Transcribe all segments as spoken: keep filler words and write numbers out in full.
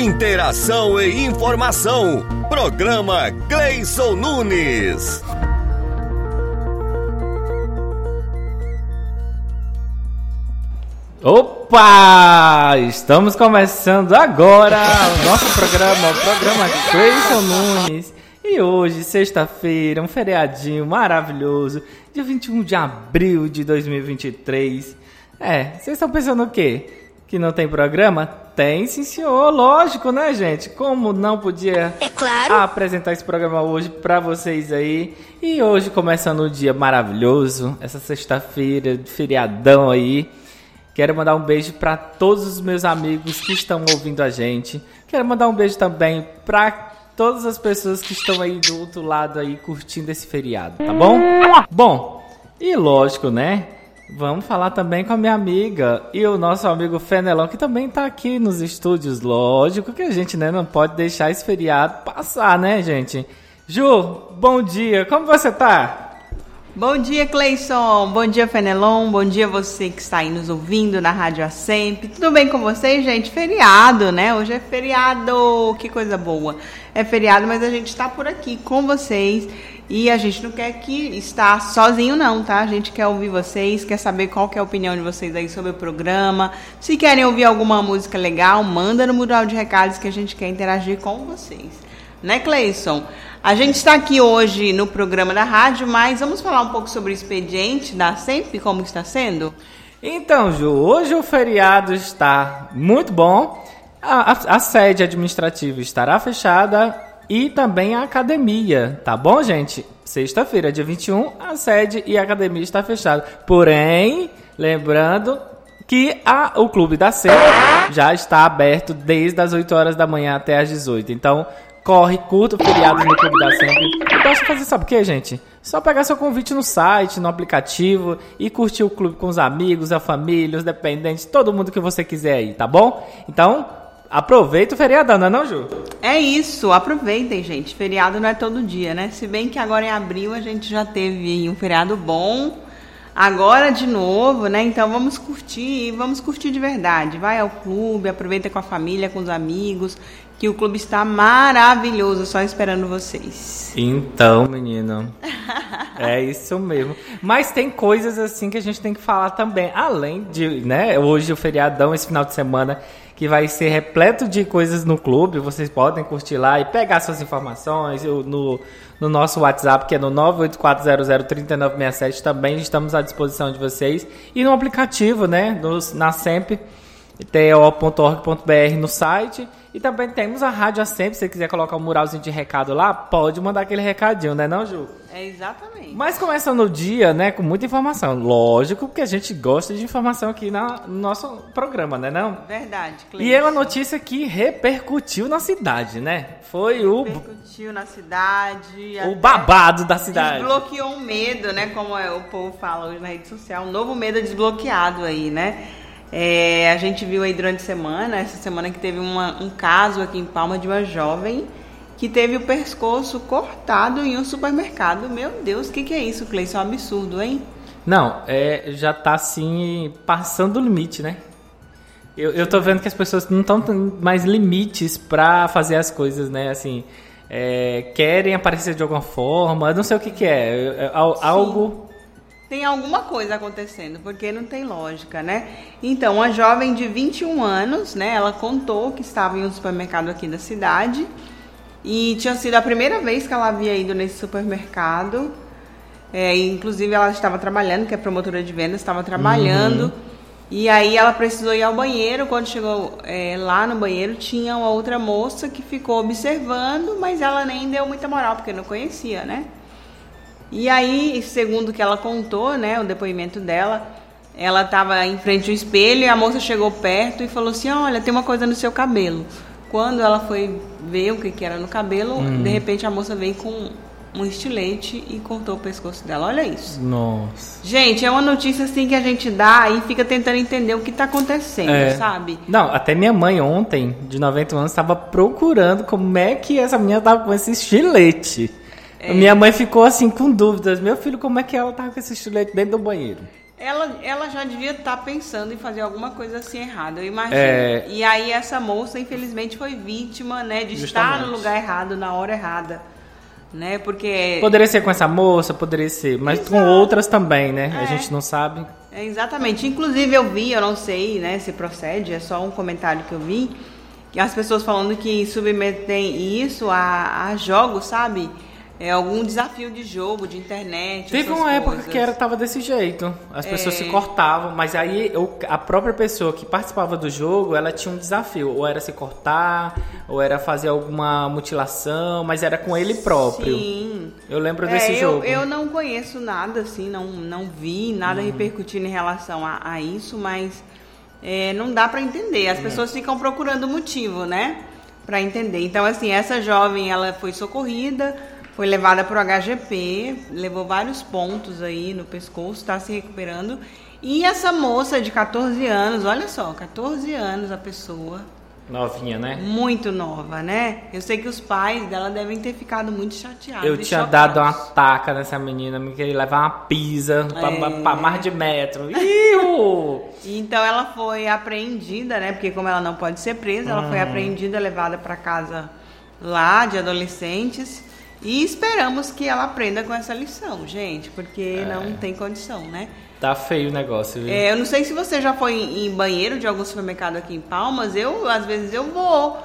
Interação e informação. Programa Cleison Nunes. Opa! Estamos começando agora o nosso programa, o programa Cleison Nunes. E hoje, sexta-feira, um feriadinho maravilhoso, dia vinte e um de abril de dois mil e vinte e três. É, vocês estão pensando o quê? Que não tem programa? Tem, sim senhor, lógico, né, gente? Como não podia é claro. apresentar esse programa hoje pra vocês aí. E hoje, começando um dia maravilhoso, essa sexta-feira, feriadão aí. Quero mandar um beijo para todos os meus amigos que estão ouvindo a gente. Quero mandar um beijo também para todas as pessoas que estão aí do outro lado aí curtindo esse feriado, tá bom? Bom, e lógico, né? Vamos falar também com a minha amiga e o nosso amigo Fenelon, que também tá aqui nos estúdios. Lógico que a gente, né, não pode deixar esse feriado passar, né, gente? Ju, bom dia, como você tá? Bom dia, Cleison. Bom dia, Fenelon. Bom dia você que está aí nos ouvindo na Rádio Assemp. Tudo bem com vocês, gente? Feriado, né? Hoje é feriado. Que coisa boa. É feriado, mas a gente está por aqui com vocês. E a gente não quer que estar sozinho não, tá? A gente quer ouvir vocês, quer saber qual que é a opinião de vocês aí sobre o programa. Se querem ouvir alguma música legal, manda no mural de recados que a gente quer interagir com vocês. Né, Cleison? A gente está aqui hoje no programa da rádio, mas vamos falar um pouco sobre o expediente da Assemp, como está sendo? Então, Ju, hoje o feriado está muito bom, a, a, a sede administrativa estará fechada e também a academia, tá bom, gente? Sexta-feira, dia vinte e um, a sede e a academia está fechada. Porém, lembrando que a, o Clube da Assemp já está aberto desde as oito horas da manhã até as dezoito, então corre, curta o feriado no Clube da Assemp. Eu gosto de fazer, sabe o que, gente? Só pegar seu convite no site, no aplicativo e curtir o clube com os amigos, a família, os dependentes, todo mundo que você quiser aí, tá bom? Então, aproveita o feriadão, não é não, Ju? É isso, aproveitem, gente. Feriado não é todo dia, né? Se bem que agora em abril a gente já teve um feriado bom, agora de novo, né? Então vamos curtir, vamos curtir de verdade. Vai ao clube, aproveita com a família, com os amigos, que o clube está maravilhoso, só esperando vocês. Então, menino, é isso mesmo. Mas tem coisas assim que a gente tem que falar também, além de, né, hoje o feriadão, esse final de semana, que vai ser repleto de coisas no clube, vocês podem curtir lá e pegar suas informações no, no nosso WhatsApp, que é no nove oito quatro zero zero três nove seis sete, também estamos à disposição de vocês, e no aplicativo, né, no, na Assemp, t o ponto org ponto b r no site, e também temos a Rádio Assemp. Se você quiser colocar um muralzinho de recado lá, pode mandar aquele recadinho, né não, Ju? É, exatamente. Mas começando o dia, né, com muita informação. Lógico que a gente gosta de informação aqui na, no nosso programa, né não? Verdade, Cleiton. E é uma notícia que repercutiu na cidade, né? Foi o... Repercutiu na cidade. O babado da cidade. Desbloqueou um medo, né, como o povo fala hoje na rede social. Um novo medo desbloqueado aí, né? É, a gente viu aí durante a semana, essa semana que teve uma, um caso aqui em Palma de uma jovem que teve o pescoço cortado em um supermercado. Meu Deus, o que, que é isso, Cleison? É um absurdo, hein? Não, é, já tá assim, passando o limite, né? Eu, eu tô vendo que as pessoas não estão tendo mais limites pra fazer as coisas, né? Assim, é, querem aparecer de alguma forma, não sei o que que é, é algo... Tem alguma coisa acontecendo, porque não tem lógica, né? Então, uma jovem de vinte e um anos, né? Ela contou que estava em um supermercado aqui da cidade e tinha sido a primeira vez que ela havia ido nesse supermercado. É, inclusive, ela estava trabalhando, que é promotora de vendas, estava trabalhando. Uhum. E aí, ela precisou ir ao banheiro. Quando chegou é, lá no banheiro, tinha uma outra moça que ficou observando, mas ela nem deu muita moral, porque não conhecia, né? E aí, segundo o que ela contou, né, o depoimento dela, ela estava em frente ao espelho e a moça chegou perto e falou assim, olha, tem uma coisa no seu cabelo. Quando ela foi ver o que, que era no cabelo, hum. de repente a moça veio com um estilete e cortou o pescoço dela. Olha isso. Nossa. Gente, é uma notícia assim que a gente dá e fica tentando entender o que está acontecendo, é. sabe? Não, até minha mãe ontem, de noventa anos, estava procurando como é que essa menina estava com esse estilete. É. Minha mãe ficou assim com dúvidas. Meu filho, como é que ela tava com esse estilete dentro do banheiro? Ela, ela já devia estar pensando em fazer alguma coisa assim errada, eu imagino. É... E aí essa moça, infelizmente, foi vítima, né, de Justamente. estar no lugar errado, na hora errada, né, porque... Poderia ser com essa moça, poderia ser, mas Exato. com outras também, né? É. A gente não sabe. É, exatamente. Inclusive eu vi, eu não sei, né, se procede, é só um comentário que eu vi, que as pessoas falando que submetem isso a, a jogos, sabe? É algum desafio de jogo, de internet. Teve essas uma época coisas. que era, tava desse jeito. As pessoas É. se cortavam, mas aí eu, a própria pessoa que participava do jogo, ela tinha um desafio. Ou era se cortar, ou era fazer alguma mutilação, mas era com ele próprio. Sim. Eu lembro É, desse eu, jogo. eu não conheço nada assim, não, não vi nada Uhum. repercutindo em relação a, a isso, mas é, não dá pra entender. As pessoas ficam procurando motivo, né? Pra entender. Então, assim, essa jovem, ela foi socorrida, foi levada pro H G P, levou vários pontos aí no pescoço, tá se recuperando. E essa moça de catorze anos, olha só, catorze anos a pessoa, Novinha, né? muito nova, né? Eu sei que os pais dela devem ter ficado muito chateados. Eu e tinha chocados. dado uma taca nessa menina, me queria levar uma pizza pra, É. pra mais de metro. Iu! Então ela foi apreendida, né? Porque como ela não pode ser presa, ela Hum. foi apreendida, levada para casa lá de adolescentes. E esperamos que ela aprenda com essa lição, gente, porque não tem condição, né? Tá feio o negócio, viu? É, eu não sei se você já foi em, em banheiro de algum supermercado aqui em Palmas. Eu, às vezes, eu vou.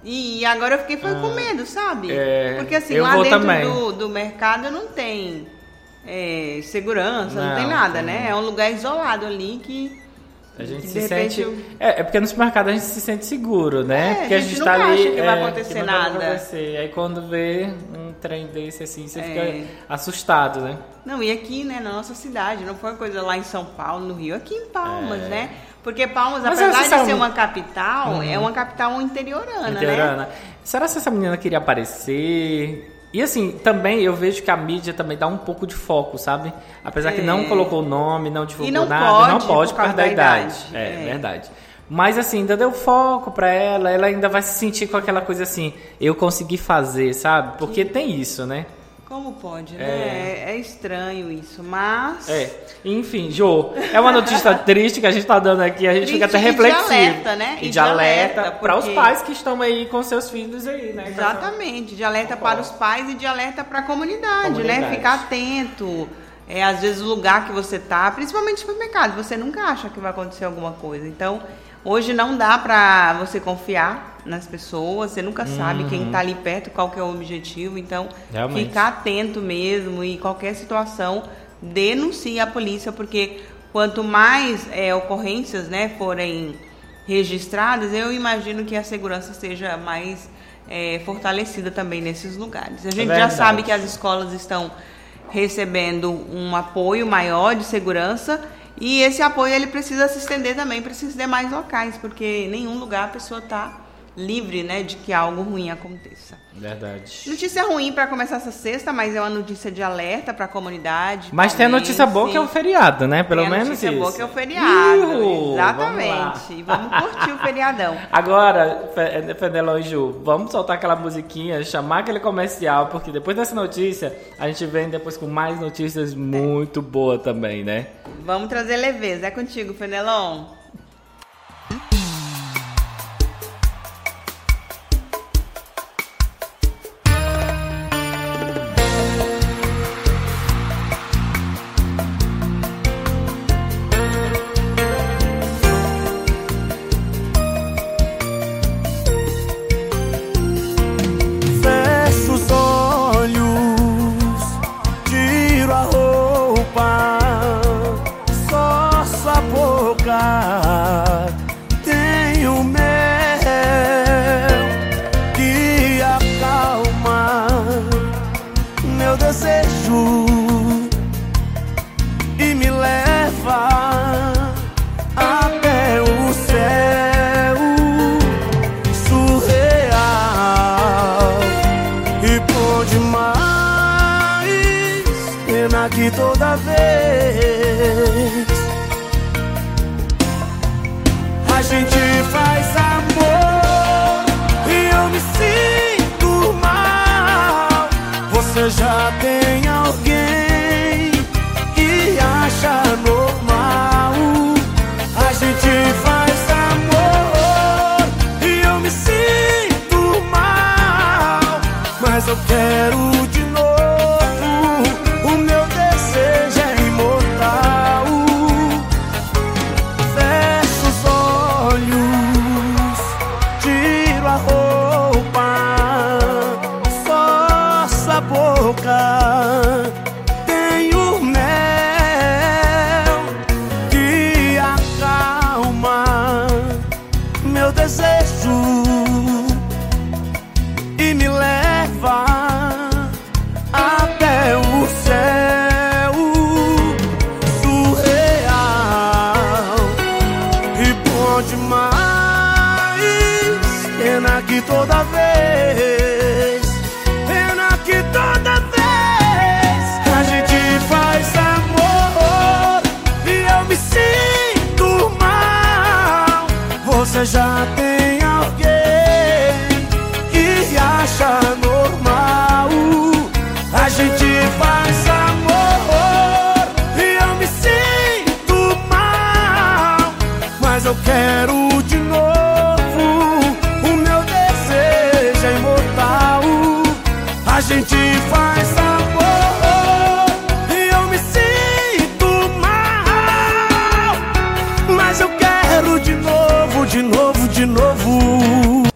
E agora eu fiquei foi com medo, sabe? é, Porque assim, eu lá vou dentro também. do, do mercado não tem é, segurança, não, Não, tem nada, tem né? não. É um lugar isolado ali que... A gente de se repente sente. eu- É, é porque no supermercado a gente se sente seguro, né? É, porque a gente nunca acha que vai acontecer que não vai nada. acontecer. Aí quando vê um trem desse assim, você É. fica assustado, né? Não, e aqui, né, na nossa cidade, não foi uma coisa lá em São Paulo, no Rio, aqui em Palmas, É. né? Porque Palmas, Mas apesar você de sabe- ser uma capital, Uhum. é uma capital interiorana, né? Interiorana. Será que essa menina queria aparecer? E assim, também eu vejo que a mídia também dá um pouco de foco, sabe? Apesar que É. não colocou o nome, não divulgou E não nada, pode, não pode por por causa da idade. É, É. verdade. Mas assim, ainda deu foco pra ela, ela ainda vai se sentir com aquela coisa assim, eu consegui fazer, sabe? Porque tem isso, né? Como pode, né? É, é estranho isso, mas... É, enfim, Jô, é uma notícia triste que a gente tá dando aqui, a gente Triste fica até e de reflexivo. alerta, né? E, E de de alerta, alerta, para os porque- pais que estão aí com seus filhos aí, né? Exatamente, de alerta para os pais e de alerta para a comunidade, Comunidade. né? Ficar atento. É, às vezes o lugar que você tá, principalmente no supermercado, você nunca acha que vai acontecer alguma coisa. Então, hoje não dá para você confiar nas pessoas, você nunca sabe quem tá ali perto, qual que é o objetivo. Então, Realmente. ficar atento mesmo e qualquer situação, denuncie a polícia, porque quanto mais é, ocorrências, né, forem registradas, eu imagino que a segurança seja mais é, fortalecida também nesses lugares. A gente já verdade. sabe que as escolas estão recebendo um apoio maior de segurança e esse apoio ele precisa se estender também para esses demais locais, porque em nenhum lugar a pessoa está livre, né, de que algo ruim aconteça. Verdade. Notícia ruim para começar essa sexta, mas é uma notícia de alerta para a comunidade. Mas tem a notícia boa que é o feriado, né? Pelo Tem a menos notícia isso. boa que é o feriado. Ihu, Exatamente. vamos lá. Vamos curtir o feriadão. Agora, Fe- Fenelon e Ju, vamos soltar aquela musiquinha, chamar aquele comercial, porque depois dessa notícia, a gente vem depois com mais notícias muito boas também, né? Vamos trazer leveza. É contigo, Fenelon. Fecho os olhos, tiro a roupa, só sua boca tem o mel que acalma meu desejo e me leva até o céu surreal e bom demais, pena que toda vez a gente faz amor e eu me sinto mal. Você já tem alguém que acha normal. eu quero de novo. O meu desejo é imortal. Fecho os olhos, tiro a roupa, só essa boca tem o mel que acalma meu desejo e me leva até o céu surreal e bom demais. Pena que toda vez, pena que toda vez a gente faz amor e eu me sinto mal. Você já tem alguém e acha normal. A gente faz amor e eu me sinto mal, mas eu quero de novo. O meu desejo é imortal. A gente faz amor e eu me sinto mal, mas eu quero de novo, de novo, de novo.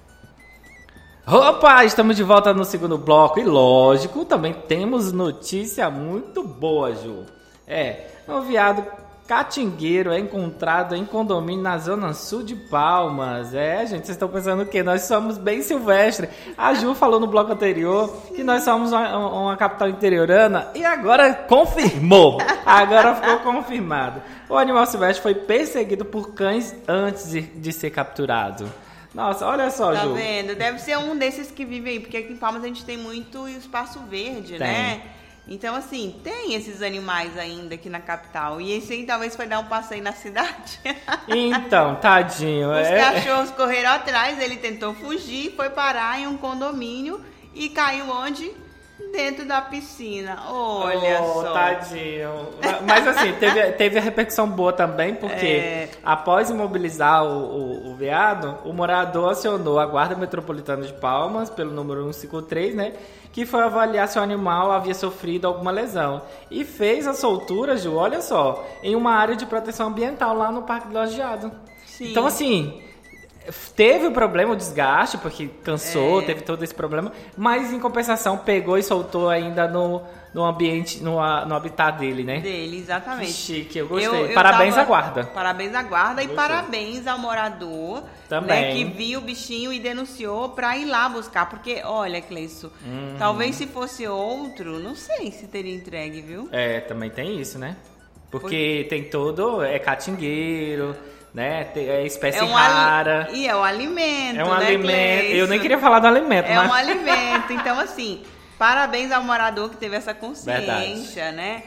Opa, estamos de volta no segundo bloco e, lógico, também temos notícia muito boa, Ju. É, um veado catingueiro é encontrado em condomínio na zona sul de Palmas. É, gente, vocês estão pensando o quê? Nós somos bem silvestre. A Ju falou no bloco anterior que nós somos uma, uma capital interiorana e agora confirmou. Agora ficou confirmado. O animal silvestre foi perseguido por cães antes de, de ser capturado. Nossa, olha só, Tá Ju. vendo? Deve ser um desses que vive aí, porque aqui em Palmas a gente tem muito espaço verde, Tem. né? Então, assim, tem esses animais ainda aqui na capital. E esse aí talvez foi dar um passeio na cidade. Então, tadinho. Os é... cachorros correram atrás, ele tentou fugir, foi parar em um condomínio e caiu onde? Dentro da piscina. Olha Oh, só. tadinho. Mas assim, teve, teve a repercussão boa também, porque É. após imobilizar o, o, o veado, o morador acionou a Guarda Metropolitana de Palmas, pelo número cento e cinquenta e três, né? Que foi avaliar se o animal havia sofrido alguma lesão. E fez a soltura, Ju, olha só, em uma área de proteção ambiental lá no Parque do Lajeado. Sim. Então, assim, teve o problema, o desgaste, porque cansou, É. teve todo esse problema, mas em compensação pegou e soltou ainda no, no ambiente, no, no habitat dele, né? Dele, exatamente. Que chique, eu gostei. Parabéns tava- à guarda. Parabéns à guarda e Gostei. parabéns ao morador, Também. né, que viu o bichinho e denunciou pra ir lá buscar. Porque, olha, Cleisso, Uhum. talvez se fosse outro, não sei se teria entregue, viu? É, também tem isso, né? Porque tem todo, é catingueiro, né? Tem- É espécie um ali- rara. E é um alimento, É um né, alimento. Cleisso? Eu nem queria falar do alimento, É mas... um alimento. Então, assim, parabéns ao morador que teve essa consciência, né?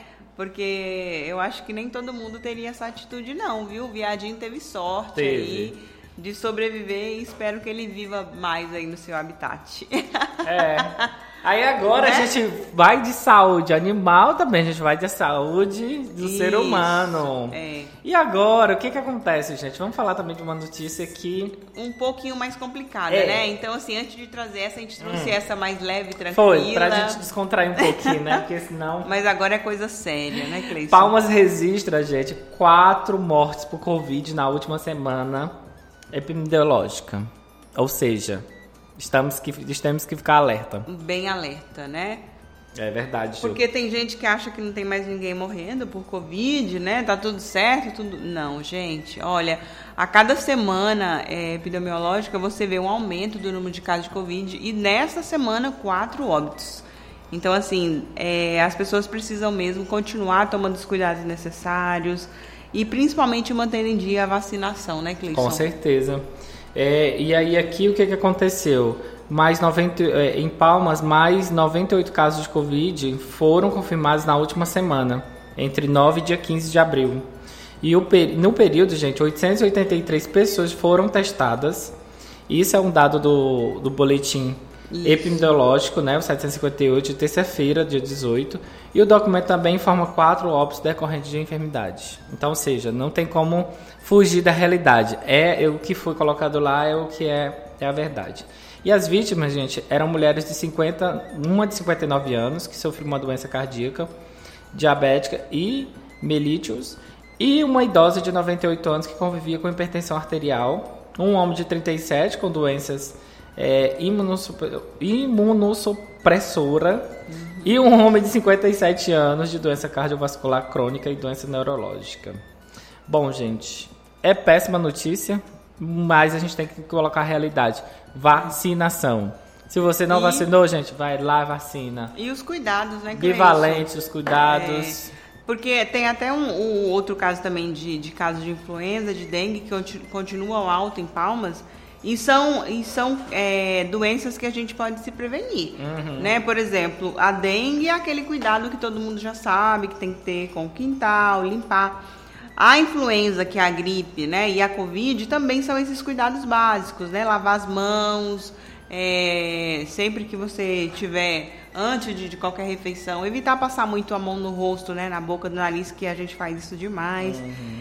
Porque eu acho que nem todo mundo teria essa atitude, não, viu? O viadinho teve sorte Teve. aí de sobreviver e espero que ele viva mais aí no seu habitat. É. Aí agora Né? a gente vai de saúde animal também, a gente vai de saúde do ser Isso, humano. é. E agora, o que que acontece, gente? Vamos falar também de uma notícia que Um pouquinho mais complicada, É. né? Então, assim, antes de trazer essa, a gente trouxe essa mais leve, tranquila. foi pra gente descontrair um pouquinho, né? Porque senão... Mas agora é coisa séria, né, Cleiton? Palmas registra, gente, quatro mortes por Covid na última semana epidemiológica. Ou seja, estamos que, temos que ficar alerta. Bem alerta, né? É verdade, Ju. Porque tem gente que acha que não tem mais ninguém morrendo por Covid, né? Tá tudo certo, tudo... Não, gente, olha, a cada semana é, epidemiológica você vê um aumento do número de casos de Covid e nessa semana, quatro óbitos. Então, assim, é, as pessoas precisam mesmo continuar tomando os cuidados necessários e principalmente mantendo em dia a vacinação, né, Cleison? Com certeza. É, e aí aqui o que, que aconteceu? Mais noventa, é, em Palmas, mais noventa e oito casos de Covid foram confirmados na última semana, entre nove e dia quinze de abril. E o, no período, gente, oitocentas e oitenta e três pessoas foram testadas. Isso é um dado do, do boletim Isso. epidemiológico, né, o setecentos e cinquenta e oito, de terça-feira, dia dezoito. E o documento também informa quatro óbitos decorrentes de enfermidade. Então, ou seja, não tem como fugir da realidade. É, é o que foi colocado lá, é o que é é a verdade. E as vítimas, gente, eram mulheres de cinquenta, uma de cinquenta e nove anos, que sofreu uma doença cardíaca, diabética e mellitus, e uma idosa de noventa e oito anos que convivia com hipertensão arterial, um homem de trinta e sete com doenças é, imunossup- imunossupressora uhum. e um homem de cinquenta e sete anos de doença cardiovascular crônica e doença neurológica. Bom, gente, é péssima notícia, mas a gente tem que colocar a realidade. Vacinação. Se você não e... vacinou, gente, vai lá, vacina. E os cuidados, né? Bivalente, os cuidados... É... Porque tem até um, um outro caso também de, de casos de influenza, de dengue, que continuam alto em Palmas. E são, e são é, doenças que a gente pode se prevenir. Uhum. Né? Por exemplo, a dengue é aquele cuidado que todo mundo já sabe, que tem que ter com o quintal, limpar. A influenza, que é a gripe, né? E a Covid também são esses cuidados básicos, né? Lavar as mãos, é, sempre que você tiver... antes de, de qualquer refeição, evitar passar muito a mão no rosto, né, na boca, no nariz, que a gente faz isso demais. Uhum.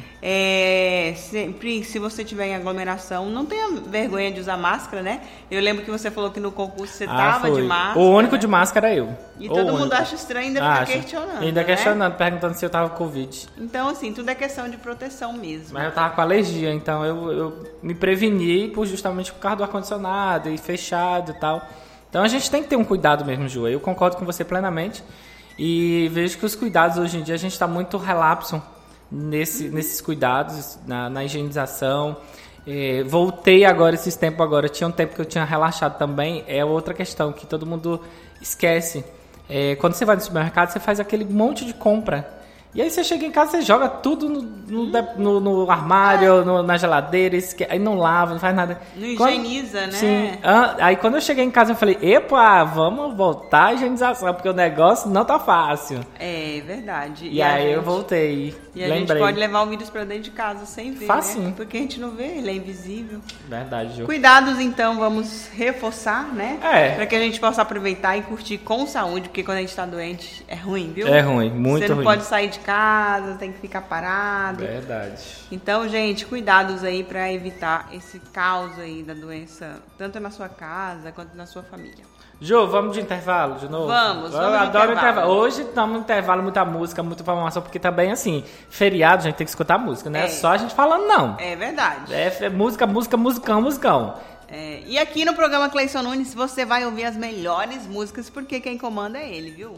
É, sempre, se você tiver em aglomeração, não tenha vergonha de usar máscara, né? Eu lembro que você falou que no concurso você ah, tava foi. de máscara. O único né? de máscara é eu. E o todo único. mundo acha estranho e ainda fica Acho. questionando. Ainda né? questionando, perguntando se eu tava com Covid. Então, assim, tudo é questão de proteção mesmo. Mas eu tava com alergia, então eu, eu me preveni por, justamente por causa do ar-condicionado e fechado e tal. Então a gente tem que ter um cuidado mesmo, Ju. Eu concordo com você plenamente. E vejo que os cuidados hoje em dia, a gente está muito relapso nesse, nesses cuidados, na, na higienização. É, voltei agora, esses tempos agora. Tinha um tempo que eu tinha relaxado também. É outra questão que todo mundo esquece. É, quando você vai no supermercado, você faz aquele monte de compra. E aí você chega em casa, você joga tudo no, no, no, no armário, no, na geladeira, esque... aí não lava, não faz nada. Não quando... higieniza, né? Sim. Ah, aí quando eu cheguei em casa, eu falei, epa, vamos voltar à higienização, porque o negócio não tá fácil. É verdade. E, e aí gente... eu voltei, E a lembrei. gente pode levar o vírus pra dentro de casa sem ver, Facinho. né? Porque a gente não vê, ele é invisível. Verdade, Ju. Cuidados, então, vamos reforçar, né? É. Pra que a gente possa aproveitar e curtir com saúde, porque quando a gente tá doente, é ruim, viu? É ruim, muito ruim. Você não ruim. pode sair de casa, tem que ficar parado. Verdade. Então, gente, cuidados aí pra evitar esse caos aí da doença, tanto na sua casa quanto na sua família. Ju, vamos de intervalo de novo? Vamos, vamos Eu adoro intervalo. intervalo. Hoje estamos no intervalo, muita música, muita informação, porque também, assim, feriado, a gente tem que escutar música, não é, é só a gente falando, não. É verdade. É, é música, música, musicão, musicão. É, e aqui no programa Cleison Nunes, você vai ouvir as melhores músicas, porque quem comanda é ele, viu?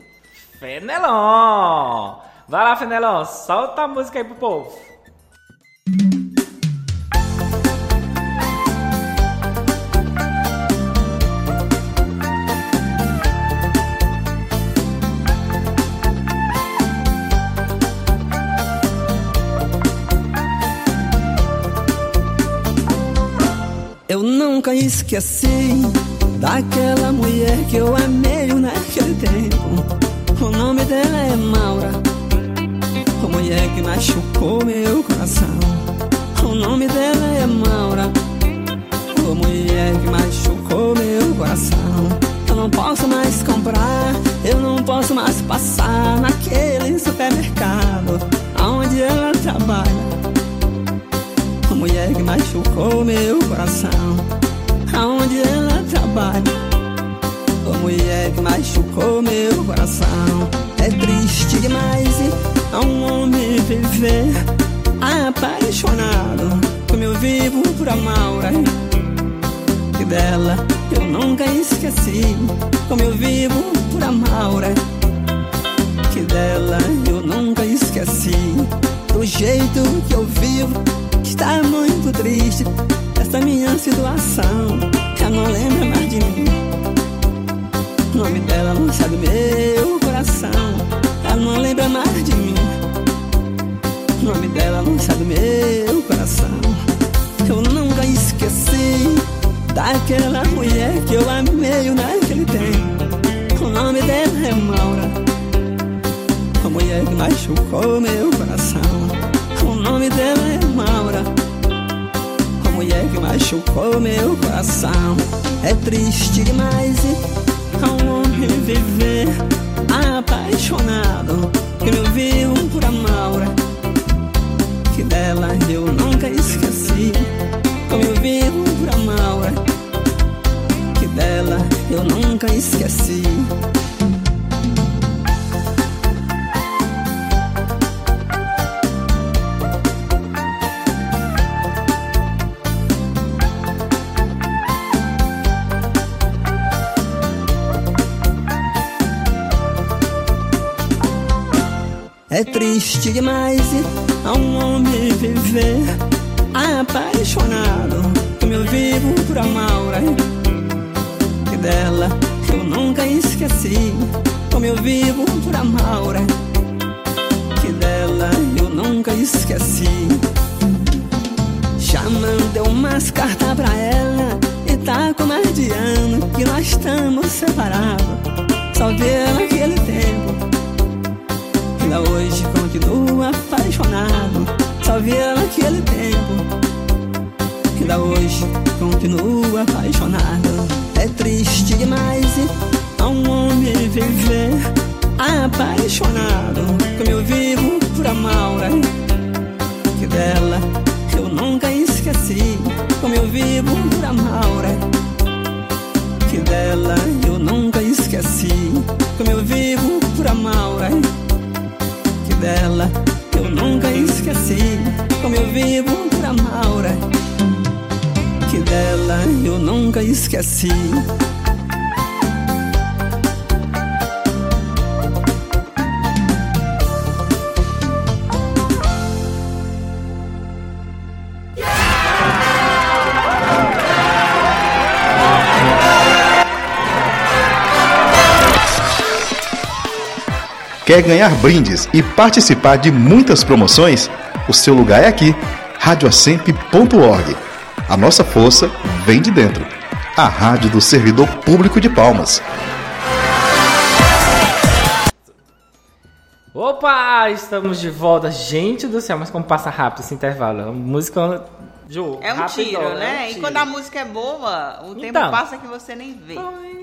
Fenelon! Vai lá, Fenelon, solta a música aí pro povo. Eu nunca esqueci daquela mulher que eu amei naquele tempo. O nome dela é Maura, a mulher que machucou meu coração. O nome dela é Maura, a mulher que machucou meu coração. Eu não posso mais comprar, eu não posso mais passar naquele supermercado onde ela trabalha. A mulher que machucou meu coração, aonde ela trabalha. A mulher que machucou meu coração. É triste demais a um homem viver apaixonado, como eu vivo por a Maura, que dela eu nunca esqueci. Como eu vivo por a Maura, que dela eu nunca esqueci. Do jeito que eu vivo, está muito triste essa minha situação. Ela não lembra mais de mim, o nome dela não sai do meu coração. Ela não lembra mais de mim, o nome dela não sai do meu coração. Eu nunca esqueci daquela mulher que eu amei naquele tempo. O nome dela é Maura, a mulher que machucou meu coração. O nome dela é Maura, a mulher que machucou meu coração. É triste demais a um homem viver apaixonado, como eu vivo por a Maura, que dela eu nunca esqueci. Como eu vivo por a Maura, eu nunca esqueci. É triste demais a um homem viver apaixonado, como eu vivo por Amaura, que dela eu nunca esqueci. Como eu vivo por Amaura, que dela eu nunca esqueci. Já mandei umas cartas pra ela e tá com mais de ano que nós estamos separados. Só vê naquele tempo, ainda hoje continua apaixonado. Só vê naquele tempo, ainda hoje continua apaixonado. É triste demais a um homem viver apaixonado, como eu vivo por Amaura, que dela eu nunca esqueci. Como eu vivo por Amaura, que dela eu nunca esqueci. Como eu vivo por Amaura, que dela eu nunca esqueci. Como eu vivo por Amaura, que dela eu nunca esqueci. Quer ganhar brindes e participar de muitas promoções? O seu lugar é aqui, rádio acemp ponto org. A nossa força vem de dentro. A rádio do servidor público de Palmas. Opa, estamos de volta. Gente do céu, mas como passa rápido esse intervalo. A música... Ju, é um rapidão, tiro, né? É um tiro. E quando a música é boa, o tempo então, passa que você nem vê.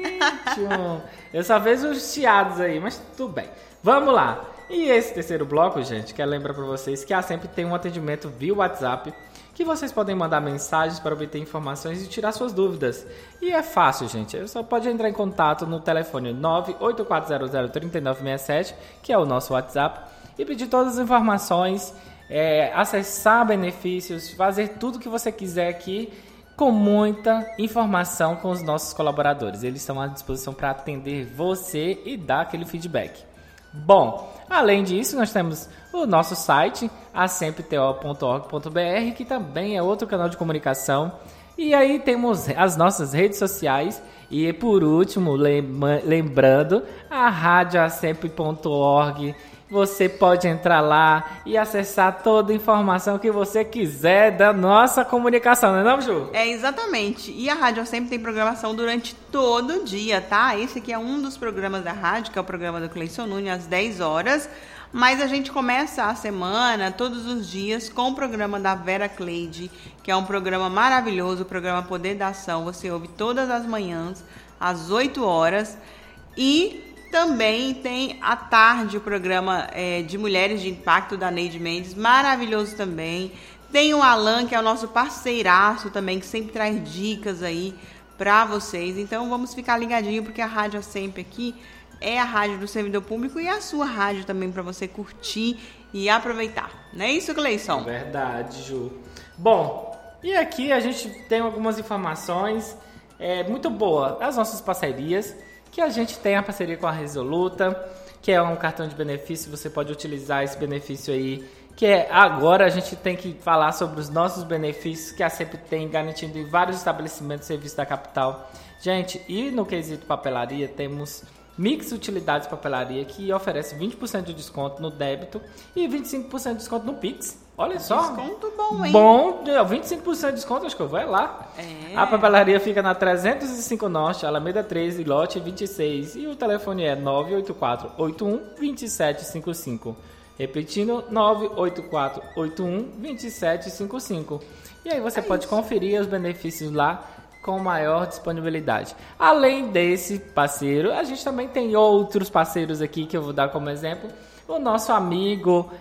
Eu só vejo os chiados aí, mas tudo bem. Vamos lá. E esse terceiro bloco, gente, quero lembrar para vocês que a Sempre tem um atendimento via WhatsApp, que vocês podem mandar mensagens para obter informações e tirar suas dúvidas. E é fácil, gente. Você só pode entrar em contato no telefone nove oito quatro zero zero três nove seis sete, que é o nosso WhatsApp, e pedir todas as informações, é, acessar benefícios, fazer tudo o que você quiser aqui, com muita informação com os nossos colaboradores. Eles estão à disposição para atender você e dar aquele feedback. Bom, além disso, nós temos o nosso site, acemp ponto org ponto br, que também é outro canal de comunicação. E aí temos as nossas redes sociais. E por último, lembrando, a rádio acemp ponto org. Você pode entrar lá e acessar toda a informação que você quiser da nossa comunicação, não é não, Ju? É, exatamente. E a Rádio Sempre tem programação durante todo o dia, tá? Esse aqui é um dos programas da rádio, que é o programa do Cleison Nunes, às dez horas. Mas a gente começa a semana, todos os dias, com o programa da Vera Cleide, que é um programa maravilhoso, o programa Poder da Ação. Você ouve todas as manhãs, às oito horas. E... também tem à tarde o programa é, de Mulheres de Impacto da Neide Mendes, maravilhoso também. Tem o Alan, que é o nosso parceiraço também, que sempre traz dicas aí para vocês. Então vamos ficar ligadinho, porque a Rádio Sempre aqui é a rádio do servidor público e a sua rádio também para você curtir e aproveitar. Não é isso, Cleison? Verdade, Ju. Bom, e aqui a gente tem algumas informações é, muito boas das nossas parcerias. Que a gente tem a parceria com a Resoluta, que é um cartão de benefício, você pode utilizar esse benefício aí, que é agora a gente tem que falar sobre os nossos benefícios que a Sempre tem, garantindo em vários estabelecimentos de serviço da capital. Gente, e no quesito papelaria, temos Mix Utilidades Papelaria, que oferece vinte por cento de desconto no débito e vinte e cinco por cento de desconto no Pix. Olha só. Desconto bom, hein? Bom, vinte e cinco por cento de desconto, acho que eu vou é lá. É. A papelaria fica na trezentos e cinco Norte, Alameda treze, lote vinte e seis. E o telefone é nove oito quatro oito um dois sete cinco cinco. Repetindo, nove oito quatro oito um dois sete cinco cinco. E aí você é pode isso. conferir os benefícios lá com maior disponibilidade. Além desse parceiro, a gente também tem outros parceiros aqui que eu vou dar como exemplo. O nosso amigo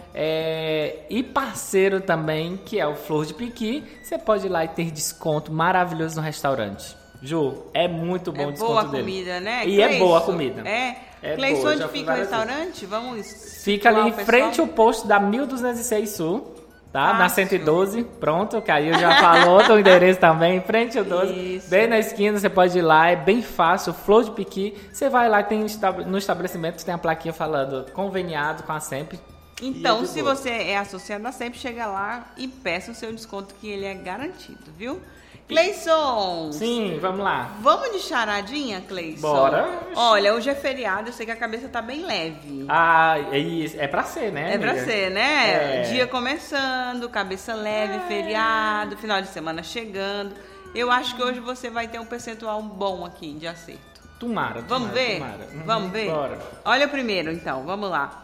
é, e parceiro também, que é o Flor de Piqui. Você pode ir lá e ter desconto maravilhoso no restaurante. Ju, é muito bom é o desconto boa a dele. comida, né? E Cleison, é boa a comida. É. É Cleison, boa, onde já fui fica o várias restaurante? Vamos. Fica ali em pessoal? frente ao posto da mil duzentos e seis Sul, tá? Fácil. Na cento e doze. Pronto, que aí eu já falou do endereço também, em frente ao doze. Isso. Bem na esquina, você pode ir lá, é bem fácil. Flor de Piqui. Você vai lá, tem no estabelecimento tem a plaquinha falando conveniado com a Sempre. Então, E é de se boa. você é associado da Sempre, chega lá e peça o seu desconto, que ele é garantido, viu? Cleison! Sim, vamos lá. Vamos de charadinha, Cleison? Bora. Olha, hoje é feriado, eu sei que a cabeça tá bem leve. Ah, é isso. É pra ser, né, É pra amiga? ser, né? É. Dia começando, cabeça leve, feriado, final de semana chegando. Eu acho que hoje você vai ter um percentual bom aqui de acerto. Tomara, Vamos tomara, ver? tomara. Uhum, Vamos ver? Bora. Olha o primeiro, então, vamos lá.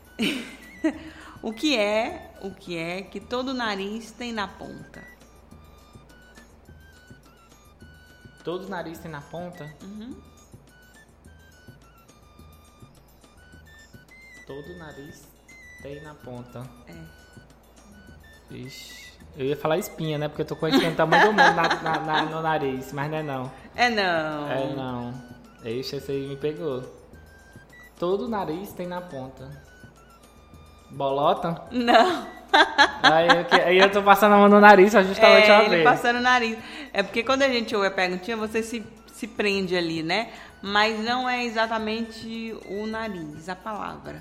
O que é, o que é que todo nariz tem na ponta? Todo nariz tem na ponta? Uhum. Todo nariz tem na ponta. É. Ixi. Eu ia falar espinha, né? Porque eu tô conhecendo o tamanho do mundo na, na- na- no nariz, mas não é não. É não. É não. Ixi, esse aí me pegou. Todo nariz tem na ponta. Bolota? Não. Aí eu, que- aí eu tô passando a mão no nariz, só justamente É, uma ele vez. passando o nariz. É porque quando a gente ouve a perguntinha, você se, se prende ali, né? Mas não é exatamente o nariz, a palavra.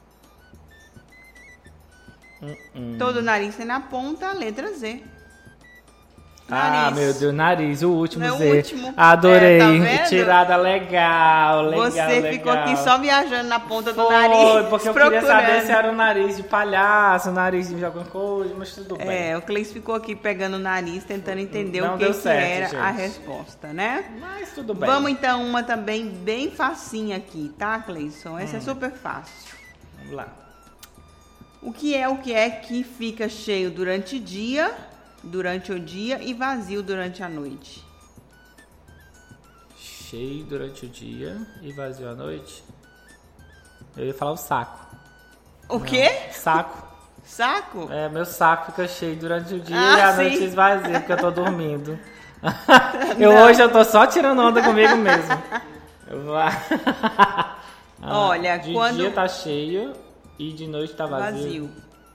Hum, hum. Todo nariz tem na ponta a letra Z. Ah, Nariz. meu Deus, nariz, o último É o Z. último. Adorei. É, tá vendo? Tirada legal, legal, Você legal. ficou aqui só viajando na ponta do Foi, nariz. porque eu procurando. queria saber se era o nariz de palhaço, o nariz de alguma coisa, mas tudo bem. É, o Cleis ficou aqui pegando o nariz, tentando entender Não o que, deu que certo, era gente. a resposta, né? Mas tudo bem. Vamos então uma também bem facinha aqui, tá, Cleison? Essa Hum. é super fácil. Vamos lá. O que é o que é que fica cheio durante o dia, durante o dia e vazio durante a noite? Cheio durante o dia e vazio à noite. Eu ia falar o saco. O quê? Saco. Saco? É, meu saco fica cheio durante o dia Ah, e à sim. noite esvazio, porque eu tô dormindo. eu hoje eu tô só tirando onda comigo mesmo. Eu vou... Ah, Olha, de quando- dia tá cheio e de noite tá vazio. Vazio.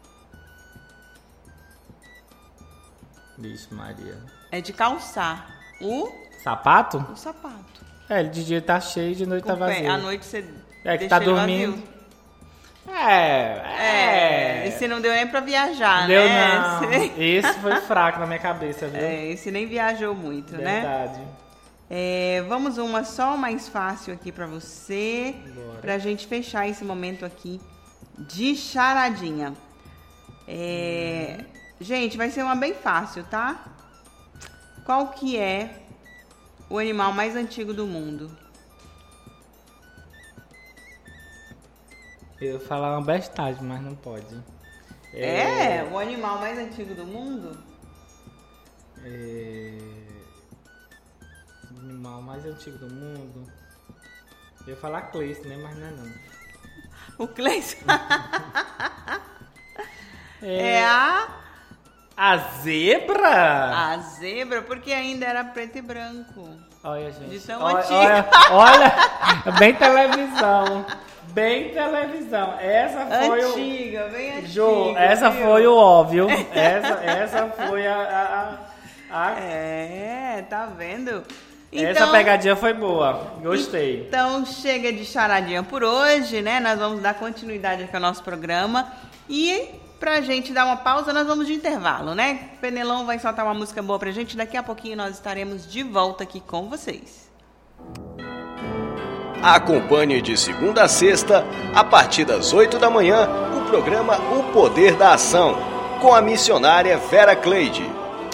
Vixe, Maria. É de calçar o, Sapato? o sapato. É, de dia tá cheio e de noite tá Com o pé. vazio. À noite você É que deixa tá ele dormindo. vazio. É, É, é. esse não deu nem pra viajar, Deu né? não. Esse- Esse foi fraco na minha cabeça, viu? É, esse nem viajou muito, né? Verdade. É, vamos uma só mais fácil aqui pra você, Bora. pra gente fechar esse momento aqui de charadinha. É, gente, vai ser uma bem fácil, tá? Qual que é o animal mais antigo do mundo? Eu ia falar uma bestagem, mas não pode. É, o animal mais antigo do mundo? É... O animal mais antigo do mundo. Eu ia falar Cleiton, né? Mas não é não. O Cleison. É, É a, a zebra? a zebra, porque ainda era preto e branco. Olha, gente. De tão olha, antigo. olha, olha, bem televisão. Bem televisão. Essa foi Antiga, bem o... antiga. Jô, essa viu? foi o óbvio. Essa, essa foi a... a, a- É, tá vendo? Essa pegadinha foi boa. Gostei. Então chega de charadinha por hoje, né? Nós vamos dar continuidade aqui ao nosso programa. E pra gente dar uma pausa, nós vamos de intervalo, né? Penelão vai soltar uma música boa pra gente. Daqui a pouquinho nós estaremos de volta aqui com vocês. Acompanhe de segunda a sexta, a partir das oito da manhã, o programa O Poder da Ação, com a missionária Vera Cleide.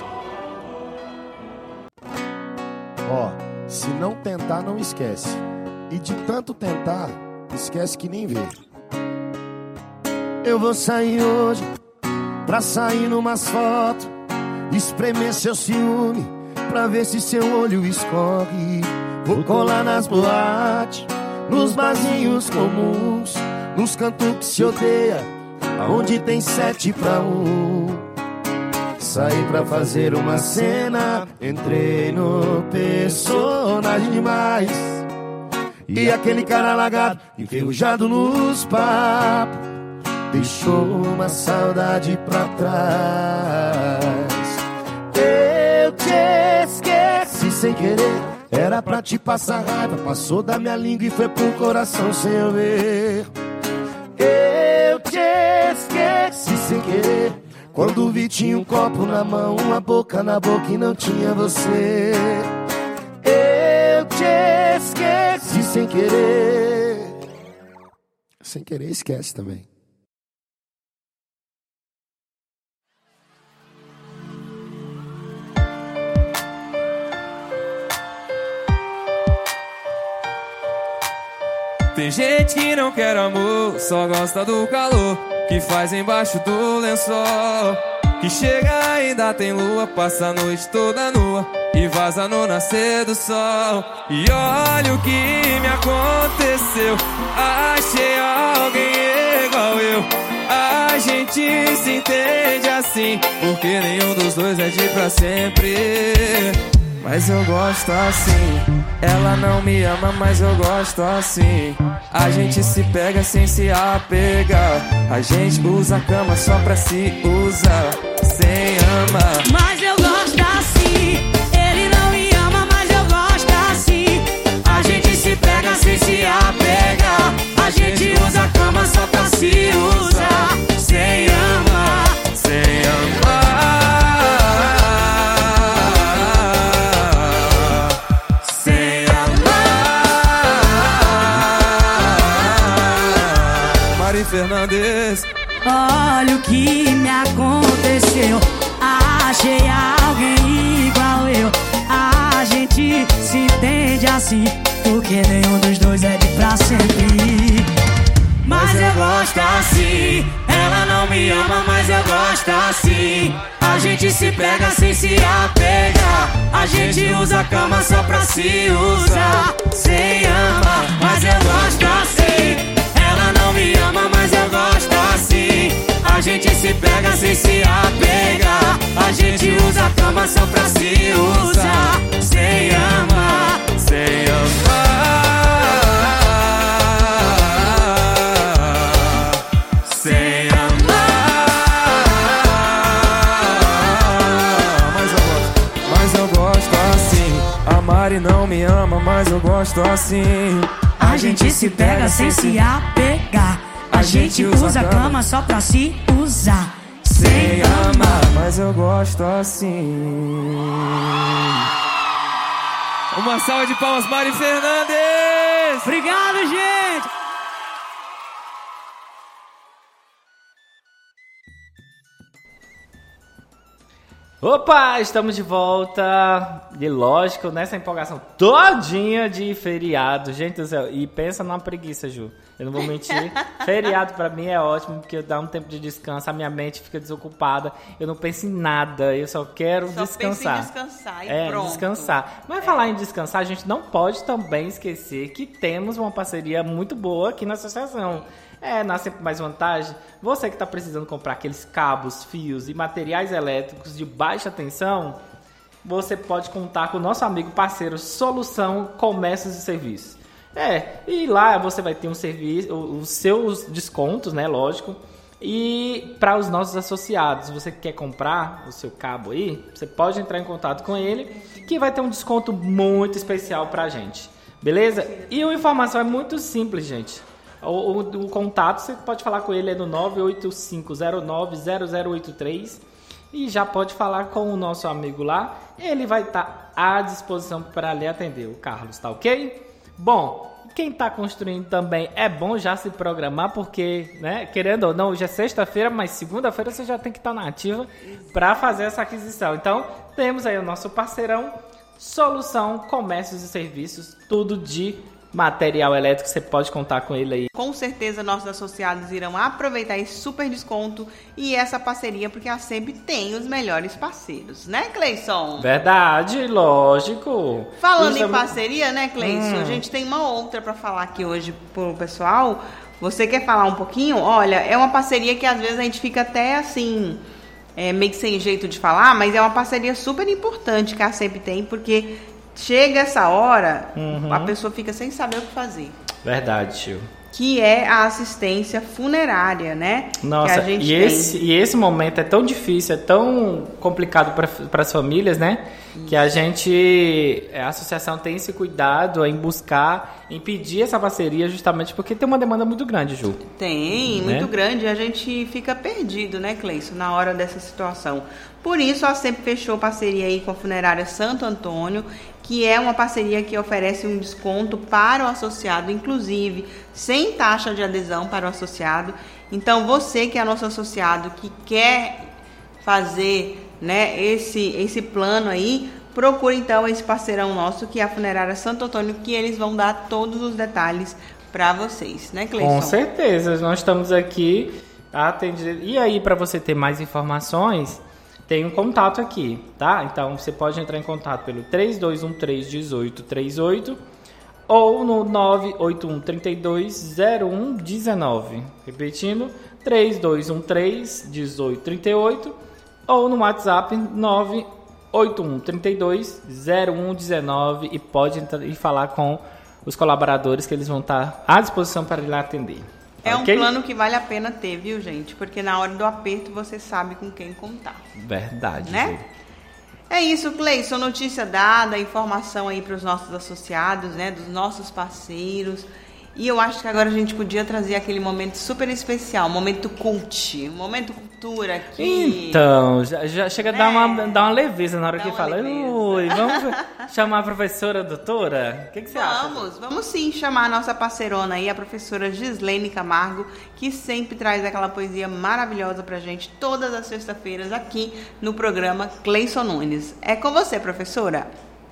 Ó, se não tentar, não esquece. E de tanto tentar, esquece que nem vê. Eu vou sair hoje, pra sair numas fotos, espremer seu ciúme, pra ver se seu olho escorre. Vou colar nas boates, nos barzinhos comuns, nos cantos que se odeia, onde tem sete pra um. saí pra fazer uma cena, entrei no personagem demais. E aquele cara lagado, enferrujado nos papos, deixou uma saudade pra trás. Eu te esqueci sem querer, era pra te passar raiva, passou da minha língua e foi pro coração sem eu ver. Eu te esqueci sem querer, quando vi tinha um copo na mão, uma boca na boca e não tinha você. Eu te esqueci sem querer. Sem querer esquece também. Tem gente que não quer amor, só gosta do calor que faz embaixo do lençol. Que chega ainda tem lua, passa a noite toda nua e vaza no nascer do sol. E olha o que me aconteceu, achei alguém igual eu. A gente se entende assim, porque nenhum dos dois é de pra sempre. Mas eu gosto assim, ela não me ama, mas eu gosto assim. A gente se pega sem se apegar, a gente usa a cama só pra se usar, sem amar. Mas eu gosto assim, ele não me ama, mas eu gosto assim. A gente se pega sem se apegar, a gente usa a cama só pra se usar, sem amar, sem amar. Fernandes. Olha o que me aconteceu, achei alguém igual eu. A gente se entende assim, porque nenhum dos dois é de pra sempre. Mas eu gosto assim, ela não me ama, mas eu gosto assim. A gente se pega sem se apegar, a gente usa a cama só pra se usar, sem amar. Mas eu gosto assim, ela não me ama, mas eu gosto assim. A gente se pega sem se apegar, a gente usa a cama só pra se usar, sem amar, sem amar, sem amar. Mas eu gosto, mas eu gosto assim. A Mari não me ama, mas eu gosto assim. A gente se pega sem se apegar, a gente usa a cama só pra se usar, sem amar. Mas eu gosto assim. Uma salva de palmas, Mari Fernandes. Obrigado, gente. Opa, estamos de volta. E lógico, nessa empolgação todinha de feriado. Gente do céu, e pensa numa preguiça, Ju. Eu não vou mentir. Feriado pra mim é ótimo, porque dá um tempo de descanso, a minha mente fica desocupada. Eu não penso em nada, eu só quero só descansar. Penso em descansar e é, pronto. descansar. Mas é. falar em descansar, a gente não pode também esquecer que temos uma parceria muito boa aqui na associação. É, na Sempre Mais Vantagem, você que está precisando comprar aqueles cabos, fios e materiais elétricos de baixa tensão, você pode contar com o nosso amigo parceiro Solução Comércios e Serviços. É, e lá você vai ter um serviço, os seus descontos, né, lógico, e para os nossos associados, você que quer comprar o seu cabo aí, você pode entrar em contato com ele, que vai ter um desconto muito especial para a gente, beleza? E a informação é muito simples, gente. O, o, o contato, você pode falar com ele é no nove oito cinco zero nove zero zero oito três e já pode falar com o nosso amigo lá. Ele vai estar à disposição para lhe atender, o Carlos, tá ok? Bom, quem está construindo também é bom já se programar, porque, né, querendo ou não, hoje é sexta-feira, mas segunda-feira você já tem que estar na ativa para fazer essa aquisição. Então, temos aí o nosso parceirão, Solução Comércios e Serviços, tudo de material elétrico, você pode contar com ele aí. Com certeza nossos associados irão aproveitar esse super desconto e essa parceria, porque a SEMP tem os melhores parceiros, né, Cleison? Verdade, lógico. Falando Isso em é... parceria, né, Cleison? Hum. A gente tem uma outra para falar aqui hoje pro pessoal. Você quer falar um pouquinho? Olha, é uma parceria que às vezes a gente fica até assim... é, meio que sem jeito de falar, mas é uma parceria super importante que a SEMP tem, porque chega essa hora, uhum. a pessoa fica sem saber o que fazer. Verdade, tio. Que é a assistência funerária, né? Nossa, que a gente e, tem. Esse, e esse momento é tão difícil, é tão complicado para as famílias, né? Isso. Que a gente, a associação tem esse cuidado em buscar, em pedir essa parceria justamente porque tem uma demanda muito grande, Ju. Tem, né? Muito grande, e a gente fica perdido, né, Cleison, na hora dessa situação. Por isso, a SEMP fechou parceria aí com a Funerária Santo Antônio, que é uma parceria que oferece um desconto para o associado, inclusive sem taxa de adesão para o associado. Então, você que é nosso associado, que quer fazer, né, esse, esse plano aí, procure então esse parceirão nosso, que é a Funerária Santo Antônio, que eles vão dar todos os detalhes para vocês, né, Cleison? Com certeza, nós estamos aqui a atender. E aí, para você ter mais informações, tem um contato aqui, tá? Então, você pode entrar em contato pelo três dois um três, um oito três oito ou no nove oito um, três dois, zero um um nove. Repetindo, três dois um três, um oito três oito ou no WhatsApp nove oito um, três dois, zero um um nove e pode entrar e falar com os colaboradores que eles vão estar à disposição para lhe atender. É okay? um plano que vale a pena ter, viu, gente? Porque na hora do aperto você sabe com quem contar. Verdade. Né? É isso, Cleison. Notícia dada, informação aí para os nossos associados, né? Dos nossos parceiros. E eu acho que agora a gente podia trazer aquele momento super especial, momento cult, momento cultura aqui. Então, já, já chega a né? dar, uma, dar uma leveza na hora Dá que fala. leveza. Ui, vamos chamar a professora, a doutora? O que, que você vamos, acha? Vamos, vamos sim chamar a nossa parceirona aí, a professora Gislene Camargo, que sempre traz aquela poesia maravilhosa pra gente todas as sextas-feiras aqui no programa Cleison Nunes. É com você, professora.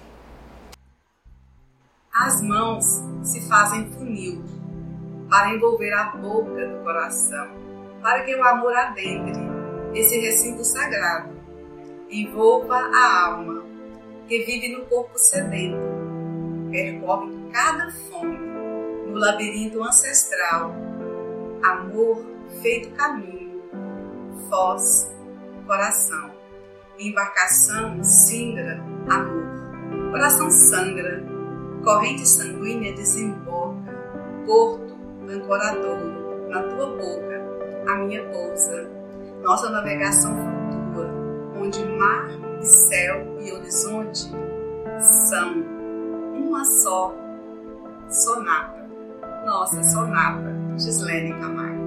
As mãos se fazem funil para envolver a boca do coração, para que o amor adentre esse recinto sagrado, envolva a alma que vive no corpo sedento, percorre cada fome no labirinto ancestral, amor feito caminho, foz, coração, embarcação singra, amor, coração sangra, corrente sanguínea desemboca, porto ancoradouro, na tua boca, a minha pousa. Nossa navegação flutua, onde mar e céu e horizonte são uma só sonata. Nossa sonata, Gislene Camargo.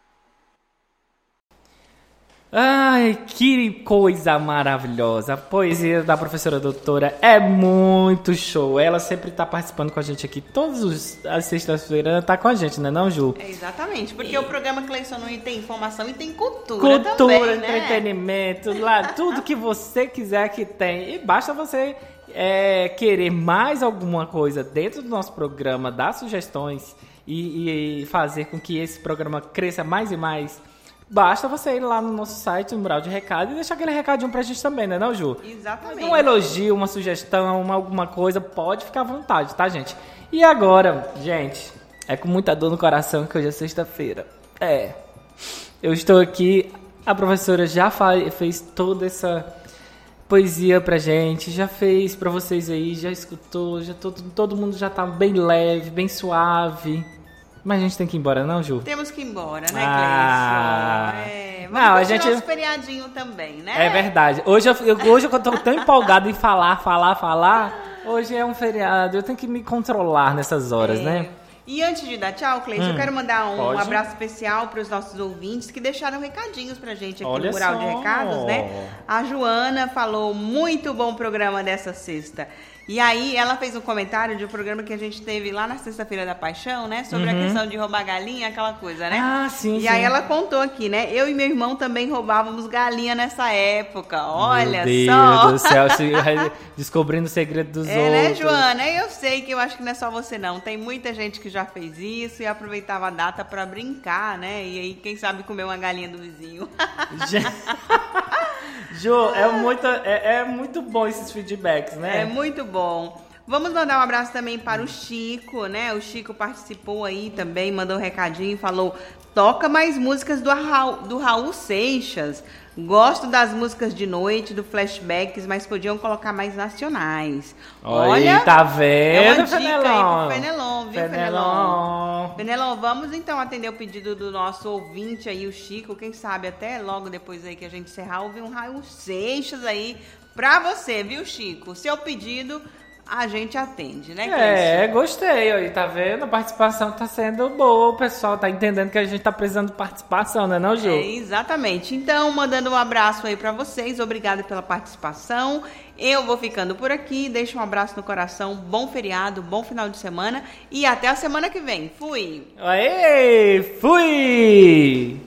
Ai, que coisa maravilhosa. A poesia da professora doutora é muito show. Ela sempre está participando com a gente aqui. Todas as sextas-feiras está com a gente, não é não, Ju? É exatamente, porque e... o programa Cleison Nunes tem informação e tem cultura, cultura também, Cultura, né? entretenimento, lá, tudo que você quiser que tem. E basta você é, querer mais alguma coisa dentro do nosso programa, dar sugestões e, e fazer com que esse programa cresça mais e mais. Basta você ir lá no nosso site, no mural de recado, e deixar aquele recadinho pra gente também, né, não, Ju? Exatamente. Um elogio, uma sugestão, uma, alguma coisa, pode ficar à vontade, tá, gente? E agora, gente, é com muita dor no coração que hoje é sexta-feira. É, eu estou aqui, a professora já fa- fez toda essa poesia pra gente, já fez pra vocês aí, já escutou, já todo, todo mundo já tá bem leve, bem suave. Mas a gente tem que ir embora, não, Ju? Temos que ir embora, né, ah, Cleison? É, vamos não, a gente... nosso feriadinho também, né? É verdade. Hoje eu, eu, hoje eu tô tão empolgado em falar, falar, falar. Hoje é um feriado, eu tenho que me controlar nessas horas, é. né? E antes de dar tchau, Cleison, hum, eu quero mandar um pode? abraço especial para os nossos ouvintes que deixaram recadinhos pra gente aqui Olha no Mural só. de Recados, né? A Joana falou, muito bom programa dessa sexta. E aí ela fez um comentário de um programa que a gente teve lá na Sexta-feira da Paixão, né? Sobre uhum. a questão de roubar galinha, aquela coisa, né? Ah, sim, E sim. aí ela contou aqui, né? Eu e meu irmão também roubávamos galinha nessa época. Olha meu só. Deus do céu, descobrindo o segredo dos é, outros. É, né, Joana? Eu sei que eu acho que não é só você, não. Tem muita gente que já fez isso e aproveitava a data pra brincar, né? E aí, quem sabe, comer uma galinha do vizinho. Jo, é muito, é, é muito bom esses feedbacks, né? É muito bom. Vamos mandar um abraço também para o Chico, né? O Chico participou aí também, mandou um recadinho, falou: toca mais músicas do Raul, do Raul Seixas. Gosto das músicas de noite, do Flashbacks, mas podiam colocar mais nacionais. Olha, tá vendo, é uma dica Fenelon? aí pro Fenelon, viu, Fenelon? Fenelon? Fenelon, vamos então atender o pedido do nosso ouvinte aí, o Chico. Quem sabe até logo depois aí que a gente encerrar, ouvir um Raul Seixas aí pra você, viu, Chico? Seu pedido a gente atende, né, Cleiton? É, gostei aí, tá vendo? A participação tá sendo boa, o pessoal tá entendendo que a gente tá precisando de participação, né, não, Ju? É, exatamente. Então, mandando um abraço aí pra vocês, obrigada pela participação. Eu vou ficando por aqui, deixo um abraço no coração, bom feriado, bom final de semana e até a semana que vem. Fui! Aê, fui!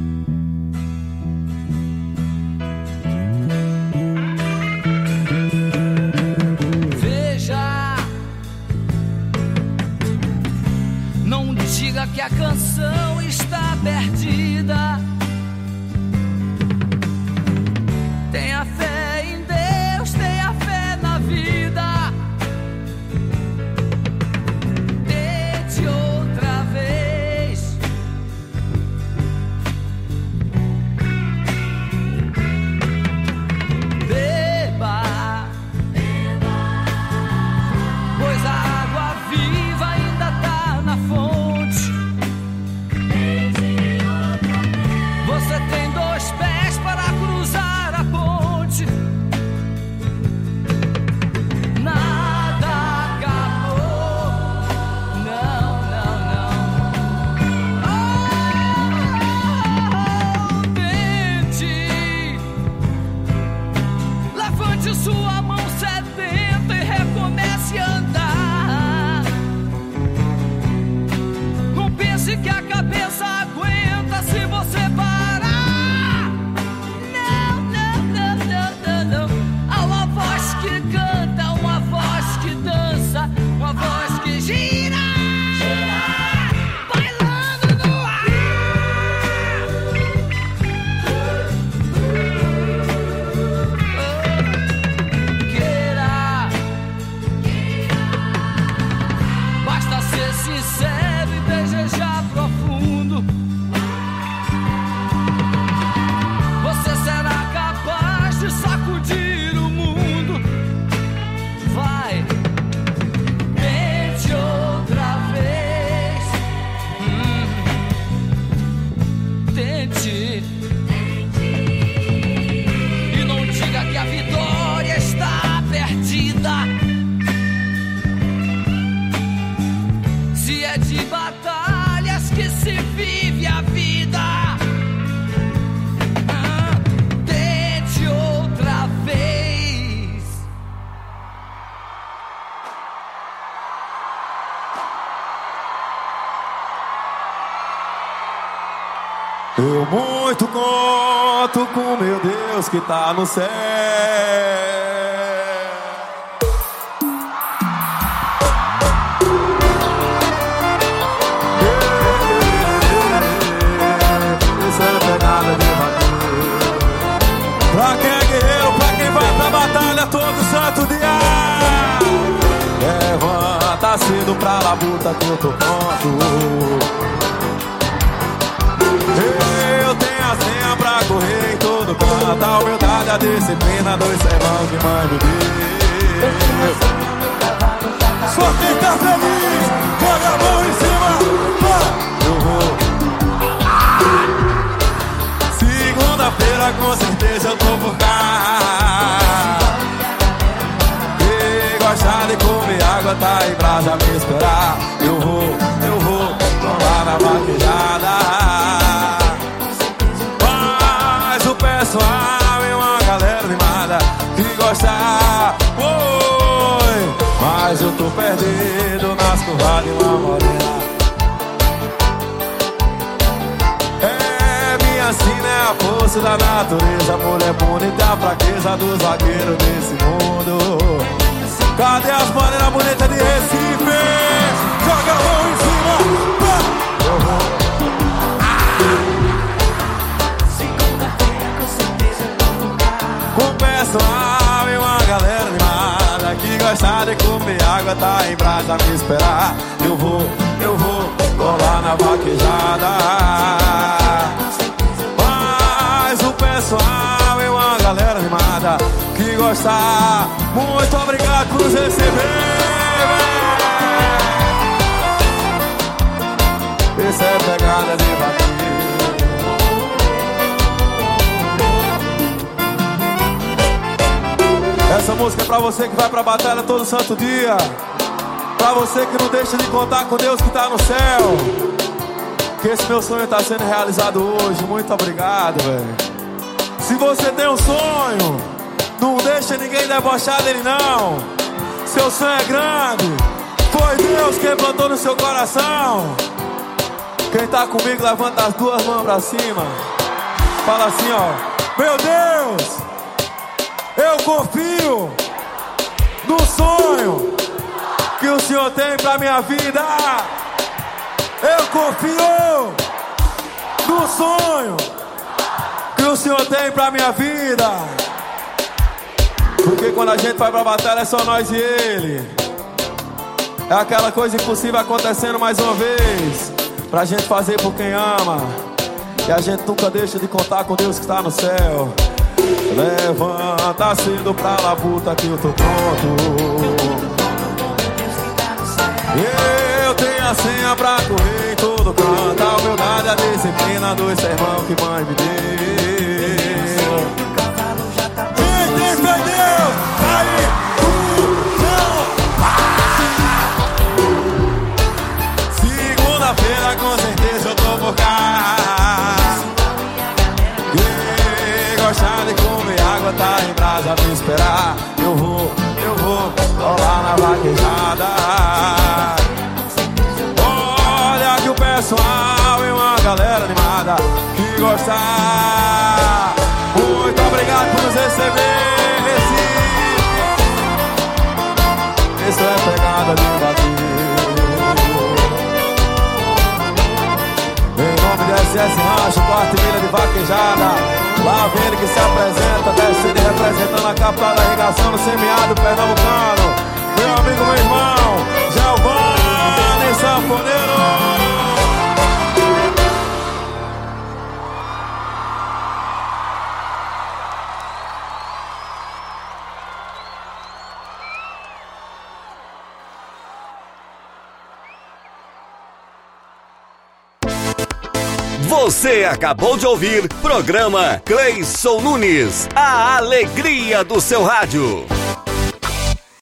Diga que a canção está perdida. Tenha fé em Deus, tenha fé na vida. Tente outra vez. Beba, beba, pois a água viva ainda tá na fonte. Você tem dois pés para cruzar a ponte. Nada acabou. Não, não, não. Oh, tente. Levante sua mão sedenta e recomece a andar. Não pense que a cabeça aguenta se você parar. Uma voz que gira, gira, bailando no ar. Queira, basta ser sincero e desejar profundo. Você será capaz de sacudir o mundo. Vai. E não diga que a vitória está perdida. Se é de batalhas que se vive a vida, ah, tente outra vez. Eu muito conto com meu Deus que tá no céu. Isso é pegada de vaqueiro. Pra quem é guerreiro, pra quem vai pra batalha todo santo dia. Levanta cedo pra labuta que eu tô pronto. Eu tenho a senha pra correr em todo canto. A humildade, a disciplina, dois sermão que mãe me deu. Só quem tá feliz, joga a mão em cima. Eu vou. Segunda-feira com certeza eu tô por cá. E gostar de comer água, tá em brasa me esperar. Eu vou, eu vou, lá na vaquejada. Pessoal e uma galera animada que gosta. Oi, mas eu tô perdido nas curvas de uma morena. É, minha sina é a força da natureza. Mulher bonita é a fraqueza dos vaqueiros desse mundo. Cadê as morenas bonitas de Recife? Joga a mão em cima. Eu vou. Com pessoal e uma galera animada que gosta de comer água. tá em brasa me esperar. Eu vou, eu vou colar na vaquejada. Mas o pessoal é uma galera animada que gosta. Muito obrigado por nos receber. Essa é pegada de bater. Essa música é pra você que vai pra batalha todo santo dia. Pra você que não deixa de contar com Deus que tá no céu. Que esse meu sonho tá sendo realizado hoje. Muito obrigado, velho. Se você tem um sonho, não deixa ninguém debochar dele não. Seu sonho é grande. Foi Deus quem plantou no seu coração. Quem tá comigo levanta as duas mãos pra cima. Fala assim, ó: meu Deus, eu confio no sonho que o Senhor tem pra minha vida. Eu confio no sonho que o Senhor tem pra minha vida. Porque quando a gente vai pra batalha é só nós e Ele. É aquela coisa impossível acontecendo mais uma vez, pra gente fazer por quem ama. E a gente nunca deixa de contar com Deus que está no céu. Levanta cedo pra labuta que eu tô pronto. Eu tenho a senha pra correr em todo canto. A humildade, a disciplina do sermão que mãe me deu. Quem tem fé em Deus? Aí, segunda-feira com certeza eu tô por cá. E gostar de comer água, tá em brasa me esperar. Eu vou, eu vou colar na vaquejada. Olha que o pessoal é uma galera animada que gosta. Muito obrigado por nos receber. Esse, esse é pegada de bater. Em nome de S S Rancho, quarta milha de vaquejada. Lá vem ele que se apresenta, descendo e representando a capital da irrigação no semiárido pernambucano. Meu amigo, meu irmão, Giovanni Sanfoneiro. Você acabou de ouvir programa Cleison Nunes, a alegria do seu rádio.